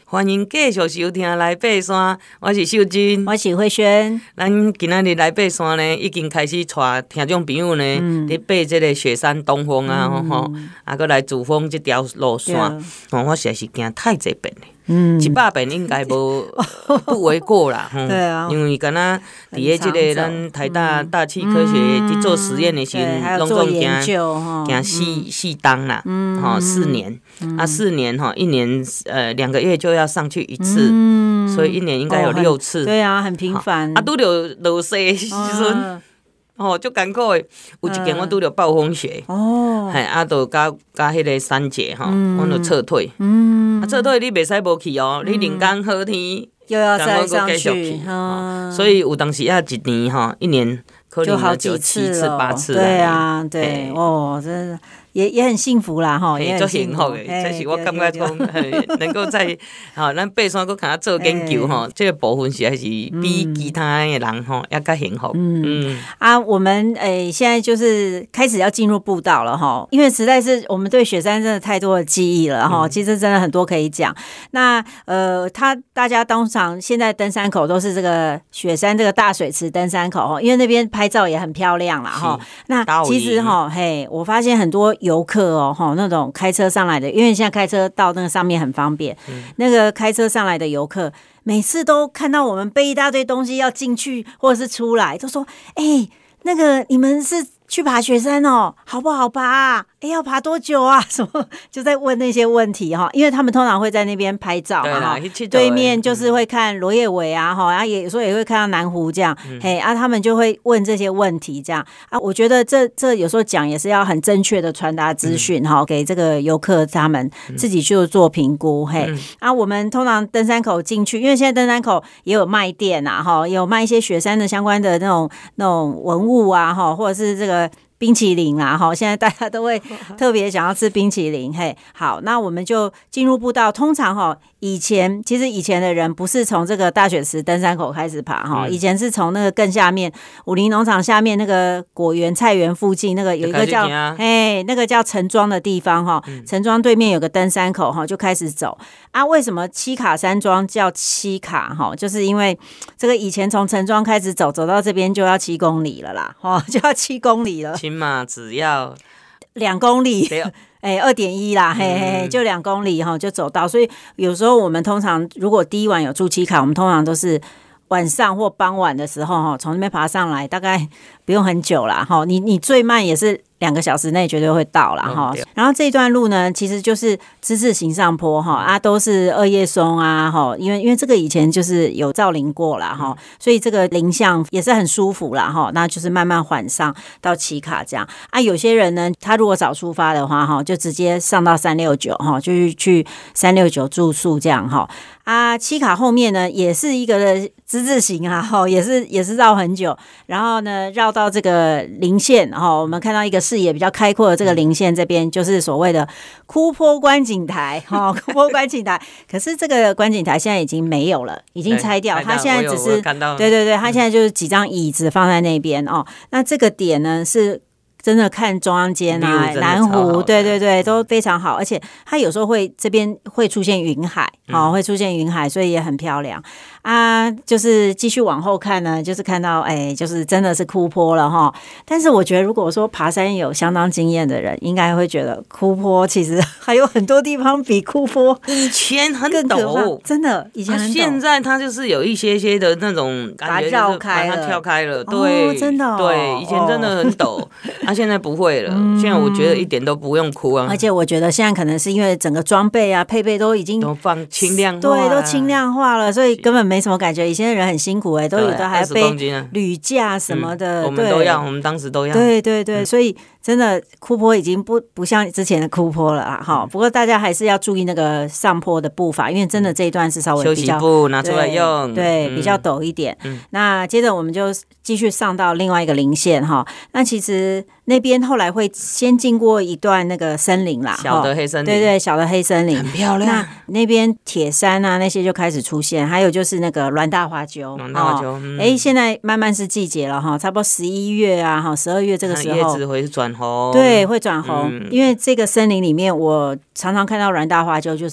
欢迎继续收听来爬山，我是秀君， 我是慧萱。 咱今仔日来爬山呢，已经开始带听众朋友呢，伫爬这个雪山东峰啊，啊，搁来主峰这条路线，我实在是行太侪遍了。100遍应该不为过啦， 对啊， 因为敢若伫咧即个咱台大大气科学伫做实验的时候，拢总行四档啦，4年啊，4年1年2个月就要上去一次，所以1年应该有6次。 对啊，很频繁。 啊，拄着落雪的时阵。足艰苦的，有一件我拄着暴风雪，啊，就甲迄个山姐我就撤退，撤退你袂使无去哦，你人工好天又要再上去， 所以有当时一年一年可能好几 7次8次， 对啊，对，真的。也很幸福啦，也很幸福的。这是我感觉讲，能够在咱爬山搁看做研究这个部分实在是比其他的人也较幸福。 我们现在就是开始要进入步道了因为实在是我们对雪山真的太多的记忆了其实真的很多可以讲。那大家通常现在登山口都是这个雪山这个大水池登山口因为那边拍照也很漂亮啦那其实我发现很多游客那种开车上来的，因为现在开车到那个上面很方便，那个开车上来的游客每次都看到我们背一大堆东西要进去或者是出来，都说那个你们是去爬雪山好不好爬要爬多久啊？什么就在问那些问题因为他们通常会在那边拍照嘛对面就是会看罗叶尾啊有时候也会看到南湖这样他们就会问这些问题这样我觉得这有时候讲也是要很正确的传达资讯给这个游客他们自己去做评估我们通常登山口进去，因为现在登山口也有卖店也有卖一些雪山的相关的那种文物啊或者是这个冰淇淋啦现在大家都会特别想要吃冰淇淋好，那我们就进入步道。通常其实以前的人不是从这个大雪池登山口开始爬以前是从那个更下面武陵农场下面那个果园菜园附近那个有一个叫那个叫陈庄的地方陈庄对面有个登山口就开始走为什么七卡山庄叫七卡就是因为这个以前从陈庄开始走到这边就要7公里了啦就要7公里了， 起码只要 2公里2.1啦就2公里就走到。所以有时候我们通常如果第一晚有住七卡，我们通常都是晚上或傍晚的时候从那边爬上来，大概不用很久啦你最慢也是2个小时内绝对会到啦然后这一段路呢，其实就是之字形上坡都是二叶松因为这个以前就是有造林过啦所以这个林相也是很舒服啦那就是慢慢缓上到七卡这样有些人呢，他如果早出发的话就直接上到369就是去369住宿这样七卡后面呢也是一个之字形也是绕很久，然后呢绕到这个林线我们看到一个视野比较开阔的这个林线，这边就是所谓的枯坡观景台枯坡观景台。可是这个观景台现在已经没有了，已经拆掉，它现在只是对，它现在就是几张椅子放在那边那这个点呢是真的看中央间南湖对都非常好，而且它有时候这边会出现云海会出现云海，所以也很漂亮就是继续往后看呢，就是看到就是真的是枯坡了但是我觉得如果说爬山有相当经验的人，应该会觉得枯坡其实还有很多地方比枯坡以前很陡， 真的以前很陡， 现在它就是有一些的那种感觉，就是把它跳开了对真的对，以前真的很陡现在不会了现在我觉得一点都不用哭而且我觉得现在可能是因为整个装备配备都已经都放轻量化对，都轻量化了，所以根本没什么感觉。以前的人很辛苦都有的还背铝架什么的我们都要，我们当时都要对所以真的枯坡已经不像之前的枯坡了不过大家还是要注意那个上坡的步伐，因为真的这一段是稍微比较休息步拿出来用对比较陡一点那接着我们就继续上到另外一个林线那其实那边后来会先经过一段那个森林啦， 小的黑森林对小的黑森林很漂亮那边铁山那些就开始出现，还有就是那个栾大花鸠现在慢慢是季节了差不多11月12月这个时候叶子会转红对会转红因为这个森林里面我常常看到栾大花鸠就是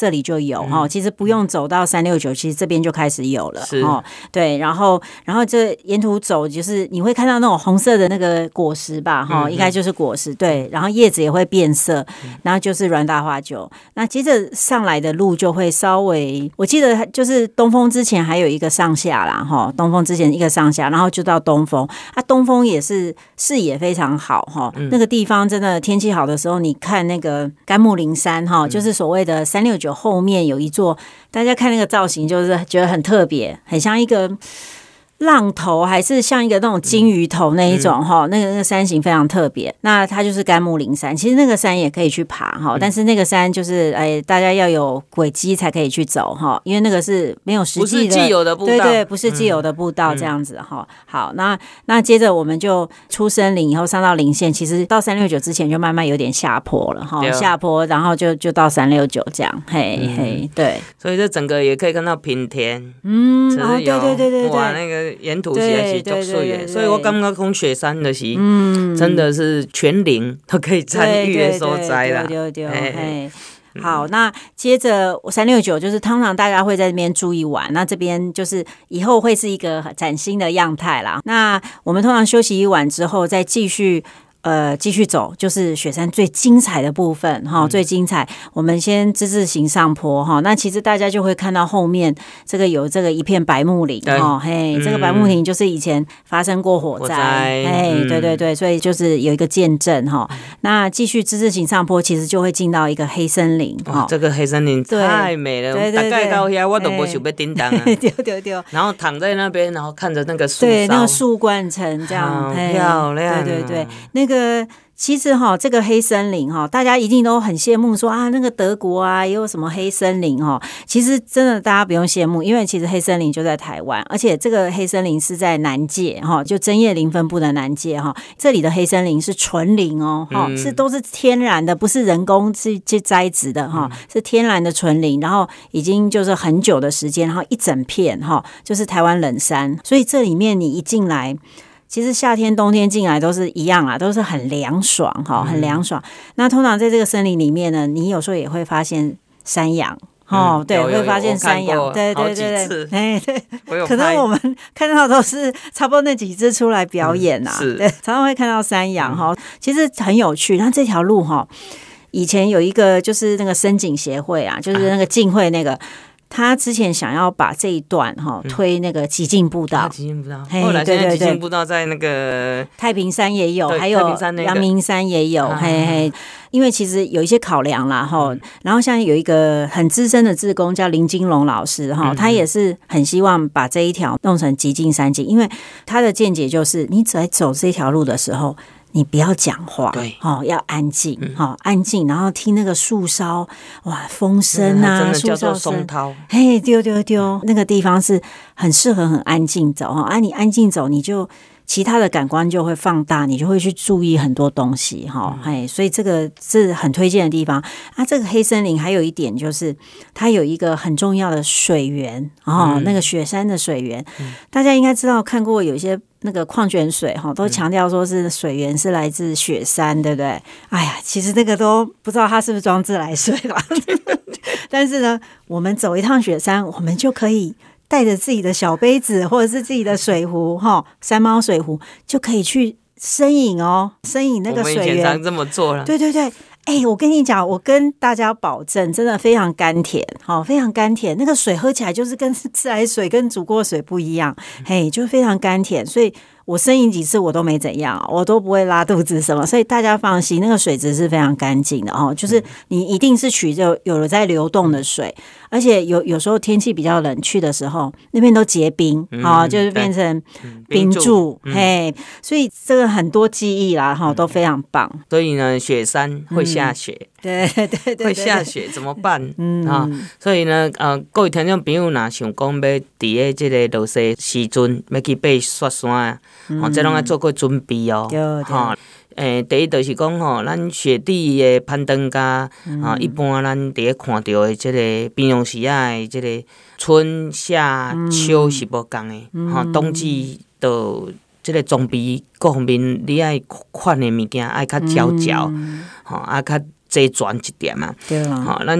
这里就有其实不用走到369，其实这边就开始有了对，然后这沿途走就是你会看到那种红色的那个果实吧应该就是果实对，然后叶子也会变色，然后就是软大花楸。那接着上来的路就会稍微，我记得就是东峰之前还有一个上下啦东峰之前一个上下，然后就到东峰东峰也是视野非常好那个地方真的天气好的时候，你看那个甘木林山就是所谓的369后面有一座，大家看那个造型就是觉得很特别，很像一个浪头，还是像一个那种金鱼头那一种那个山形非常特别。那它就是甘木林山，其实那个山也可以去爬但是那个山就是大家要有轨迹才可以去走因为那个是没有实际的， 不是既有的步道， 对，不是既有的步道这样子好，那接着我们就出森林以后上到林线，其实到369之前就慢慢有点下坡了下坡，然后就到369这样嘿对， 所以这整个也可以看到平田对哇那个沿途实在是足水的，所以我感觉讲雪山的是真的是全龄都可以参与的所在啦。 对好，那接着369就是通常大家会在这边住一晚，那这边就是以后会是一个崭新的样态啦。那我们通常休息一晚之后再继续走，就是雪山最精彩的部分最精彩。我们先之字形上坡那其实大家就会看到后面这个有这个一片白木林这个白木林就是以前发生过火灾对，所以就是有一个见证那继续之字形上坡，其实就会进到一个黑森林这个黑森林太美了，大概到遐我都没想要叮当对， 然后躺在那边，然后看着那个树梢， 对，那个树冠层这样好漂亮， 对，那个其实这个黑森林大家一定都很羡慕说那个德国也有什么黑森林其实真的大家不用羡慕，因为其实黑森林就在台湾，而且这个黑森林是在南界就针叶林分布的南界这里的黑森林是纯林是都是天然的，不是人工去栽植的是天然的纯林，然后已经就是很久的时间，然后一整片就是台湾冷杉，所以这里面你一进来，其实夏天冬天进来都是一样都是很凉爽很凉爽。那通常在这个森林里面呢，你有时候也会发现山羊对，会发现山羊，对，可能我们看到都是差不多那几只出来表演对，常常会看到山羊其实很有趣。那这条路以前有一个就是那个森景协会就是那个浸会那个。他之前想要把这一段推那个极境步道， 后来现在极境步道在那个太平山也有，还有阳明山也有，因为其实有一些考量啦然后像有一个很资深的志工叫林金龙老师他也是很希望把这一条弄成极境山景，因为他的见解就是你在走这条路的时候，你不要讲话， 对要安静安静，然后听那个树梢风声树梢声，丢那个地方是很适合很安静走你安静走，你就其他的感官就会放大，你就会去注意很多东西所以这个是很推荐的地方这个黑森林还有一点就是它有一个很重要的水源那个雪山的水源大家应该知道，看过有一些那个矿泉水都强调说是水源是来自雪山，对不对？哎呀，其实那个都不知道它是不是装自来水啦但是呢，我们走一趟雪山，我们就可以带着自己的小杯子或者是自己的水壶山猫水壶，就可以去深饮深饮那个水源。 我们以前常这么做了， 对我跟你讲，我跟大家保证，真的非常甘甜非常甘甜，那个水喝起来就是跟自来水跟煮过水不一样就非常甘甜，所以我深饮几次我都没怎样，我都不会拉肚子什么，所以大家放心，那个水质是非常干净的就是你一定是取着有在流动的水，而且有时候天气比较冷，去的时候那边都结冰就是变成冰柱所以这个很多记忆啦都非常棒。 所以呢，雪山会下雪对， 会下雪怎么办所以呢各位听众朋友若想讲要伫咧这个落雪时阵要去爬雪山这拢要做过准备第一就是讲咱雪地的攀登家一般咱伫咧看到的这个平常时的这个春夏秋是无同的冬季的这个装备各方面你爱款的物件爱较少较较济全一点对咱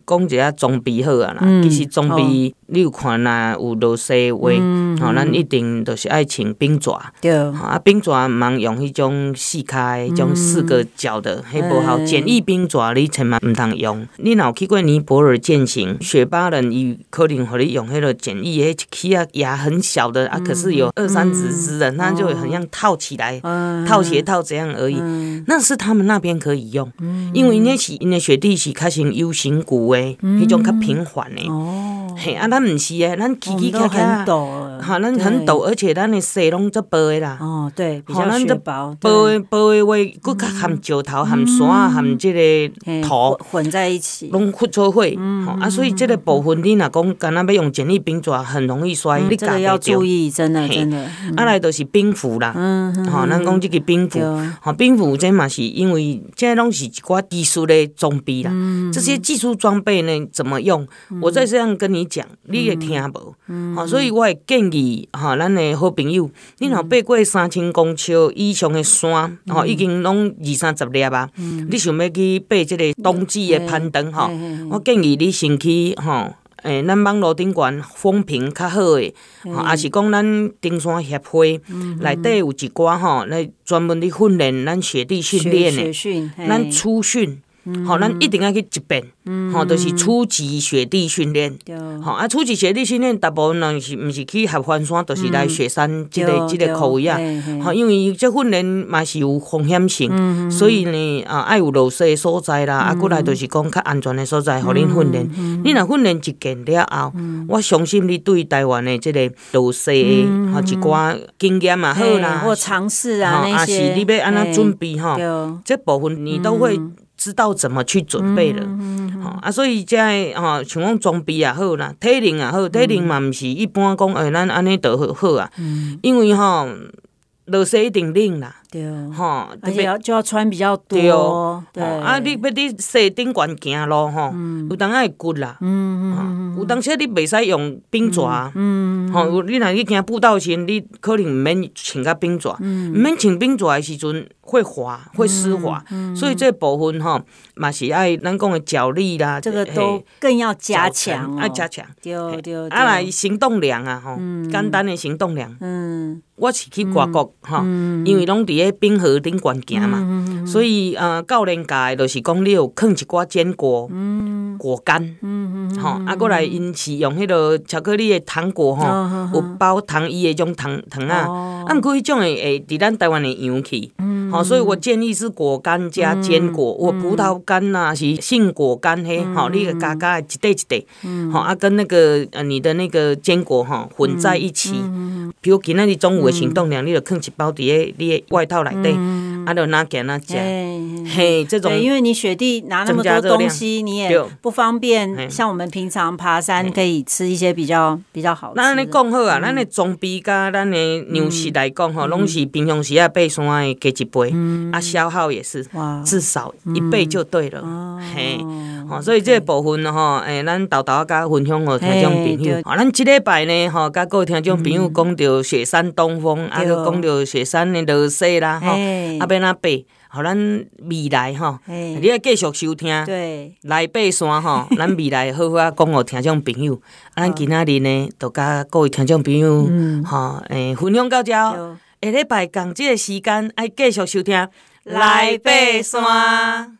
讲一下装备好啊啦，其实装备你有看呐，有落雪话，咱一定就是爱穿冰爪， 对， 冰爪唔通用迄种四开、迄种4个角的，迄无好。简易冰爪你千万唔通用。你若有去过尼泊尔健行，雪巴人伊可能互你用迄个简易的，起啊牙很小的啊，可是有2-3只的，那就很像套起来，套鞋套这样而已。那是他们那边可以用，因为那是因的雪地是较像 U 型骨的，迄种较平缓的。嘿，啊，咱唔是诶，咱起起卡卡，哈，咱很陡，而且咱的雪拢足薄的啦。 哦，对，比较雪薄。 薄的话，佫较含石头、含山、含这个土混在一起， 拢混做伙。啊，所以这个部分你若讲干那要用简易冰爪，很容易摔。你这个要注意，真的。 啊，来就是冰斧啦。吼，咱讲这个冰斧，吼，冰斧这嘛是因为这拢是一寡技术的装备啦。这些技术装备呢，怎么用？我再这样跟你讲，你会听无？所以我会建议咱的好朋友，你若爬过3000公尺以上的山，已经拢20-30粒啊，你想要去爬这个冬季的攀登，我建议你先去咱网络顶悬风评较好的，也是讲咱登山协会内底有一寡来专门咧训练咱雪地训练的，咱初训。咱一定要去一遍，就是初级雪地训练。初级雪地训练，大部分人是毋是去合欢山，就是来雪山这个khu位啊。因为这训练嘛是有风险性，所以呢，爱有落雪的所在啦，过来就是讲较安全的所在，互恁训练。你若训练一件了后，我相信你对台湾的这个落雪的一寡经验也好啦， 或尝试啊那些， 也是你要安怎准备这部分你都会知道怎么去准备了，所以这像讲装备也好啦，体能也好，体能嘛毋是一般讲咱安尼就好啊，因为落雪一定冷啦。 对，而且就要穿比较多。 对，你要伫雪顶悬行路有当会骨啦。有当时你袂使用冰爪。你若去行步道时，你可能毋免穿甲冰爪。毋免穿冰爪的时阵会滑，会湿滑。所以这部分嘛是爱咱讲的脚力啦， 这个都更要加强。 要加强。 对。 来行动量啊，简单的行动量。我是去外国因为拢伫咧冰河顶悬行嘛，所以教练教的就是讲你有放一寡坚果、果干，过来因是用迄个巧克力的糖果有包糖衣的种糖啊，毋过迄种会伫咱台湾会扬去，所以我建议是果干加坚果，我葡萄干呐是杏果干嘿，你个加一块一块，跟那个你的那个坚果混在一起，比如今仔日中午的行动量，你就放一包伫咧你的外套内底，就拿给他吃。嘿，这种对，因为你雪地拿那么多东西，你也不方便。像我们平常爬山，可以吃一些比较好吃的。 咱咧讲好啊，咱的装备甲咱的粮食来讲拢是平常时爬山的加一倍，消耗也是至少1倍就对了。嘿，所以这个部分咱豆豆甲分享互听众朋友。咱这礼拜呢，甲各位听众朋友讲到雪山东风，佮讲到雪山的落雪啦，要怎爬？互咱未来你要继续收听，来爬山咱未来好好讲互听众朋友。咱今仔日呢，就甲各位听众朋友分享到这。下礼拜同这个时间爱继续收听来爬山。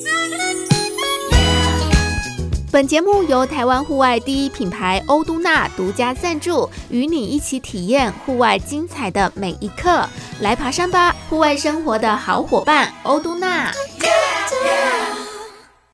本节目由台湾户外第一品牌欧都娜独家赞助，与你一起体验户外精彩的每一刻。来爬山吧，户外生活的好伙伴，欧都娜。